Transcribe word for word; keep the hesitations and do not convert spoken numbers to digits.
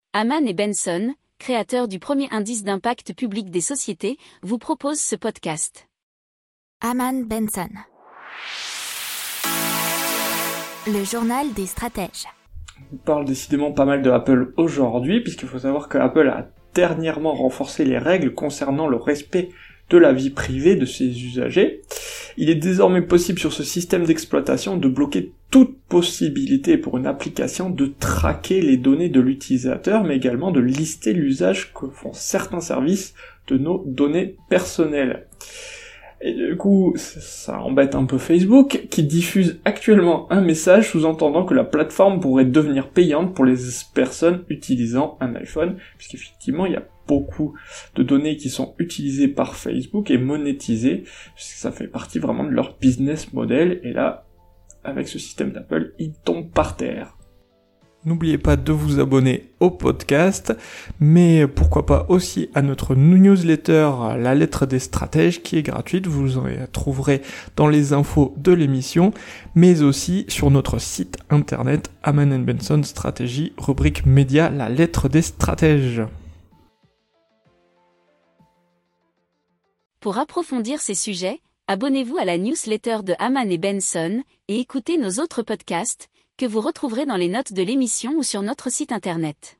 Hamann et Benson, créateurs du premier indice d'impact public des sociétés, vous proposent ce podcast. Hamann Benson. Le journal des stratèges. On parle décidément pas mal de Apple aujourd'hui, puisqu'il faut savoir que Apple a dernièrement renforcé les règles concernant le respect de la vie privée de ses usagers. Il est désormais possible sur ce système d'exploitation de bloquer toute possibilité pour une application de traquer les données de l'utilisateur, mais également de lister l'usage que font certains services de nos données personnelles. Et du coup, ça embête un peu Facebook, qui diffuse actuellement un message sous-entendant que la plateforme pourrait devenir payante pour les personnes utilisant un iPhone, puisqu'effectivement, il y a beaucoup de données qui sont utilisées par Facebook et monétisées, puisque ça fait partie vraiment de leur business model, et là, avec ce système d'Apple, ils tombent par terre. N'oubliez pas de vous abonner au podcast, mais pourquoi pas aussi à notre newsletter La Lettre des Stratèges qui est gratuite, vous en trouverez dans les infos de l'émission, mais aussi sur notre site internet Hamann and Benson Stratégie, rubrique média La Lettre des Stratèges. Pour approfondir ces sujets, abonnez-vous à la newsletter de Hamann et Benson et écoutez nos autres podcasts que vous retrouverez dans les notes de l'émission ou sur notre site internet.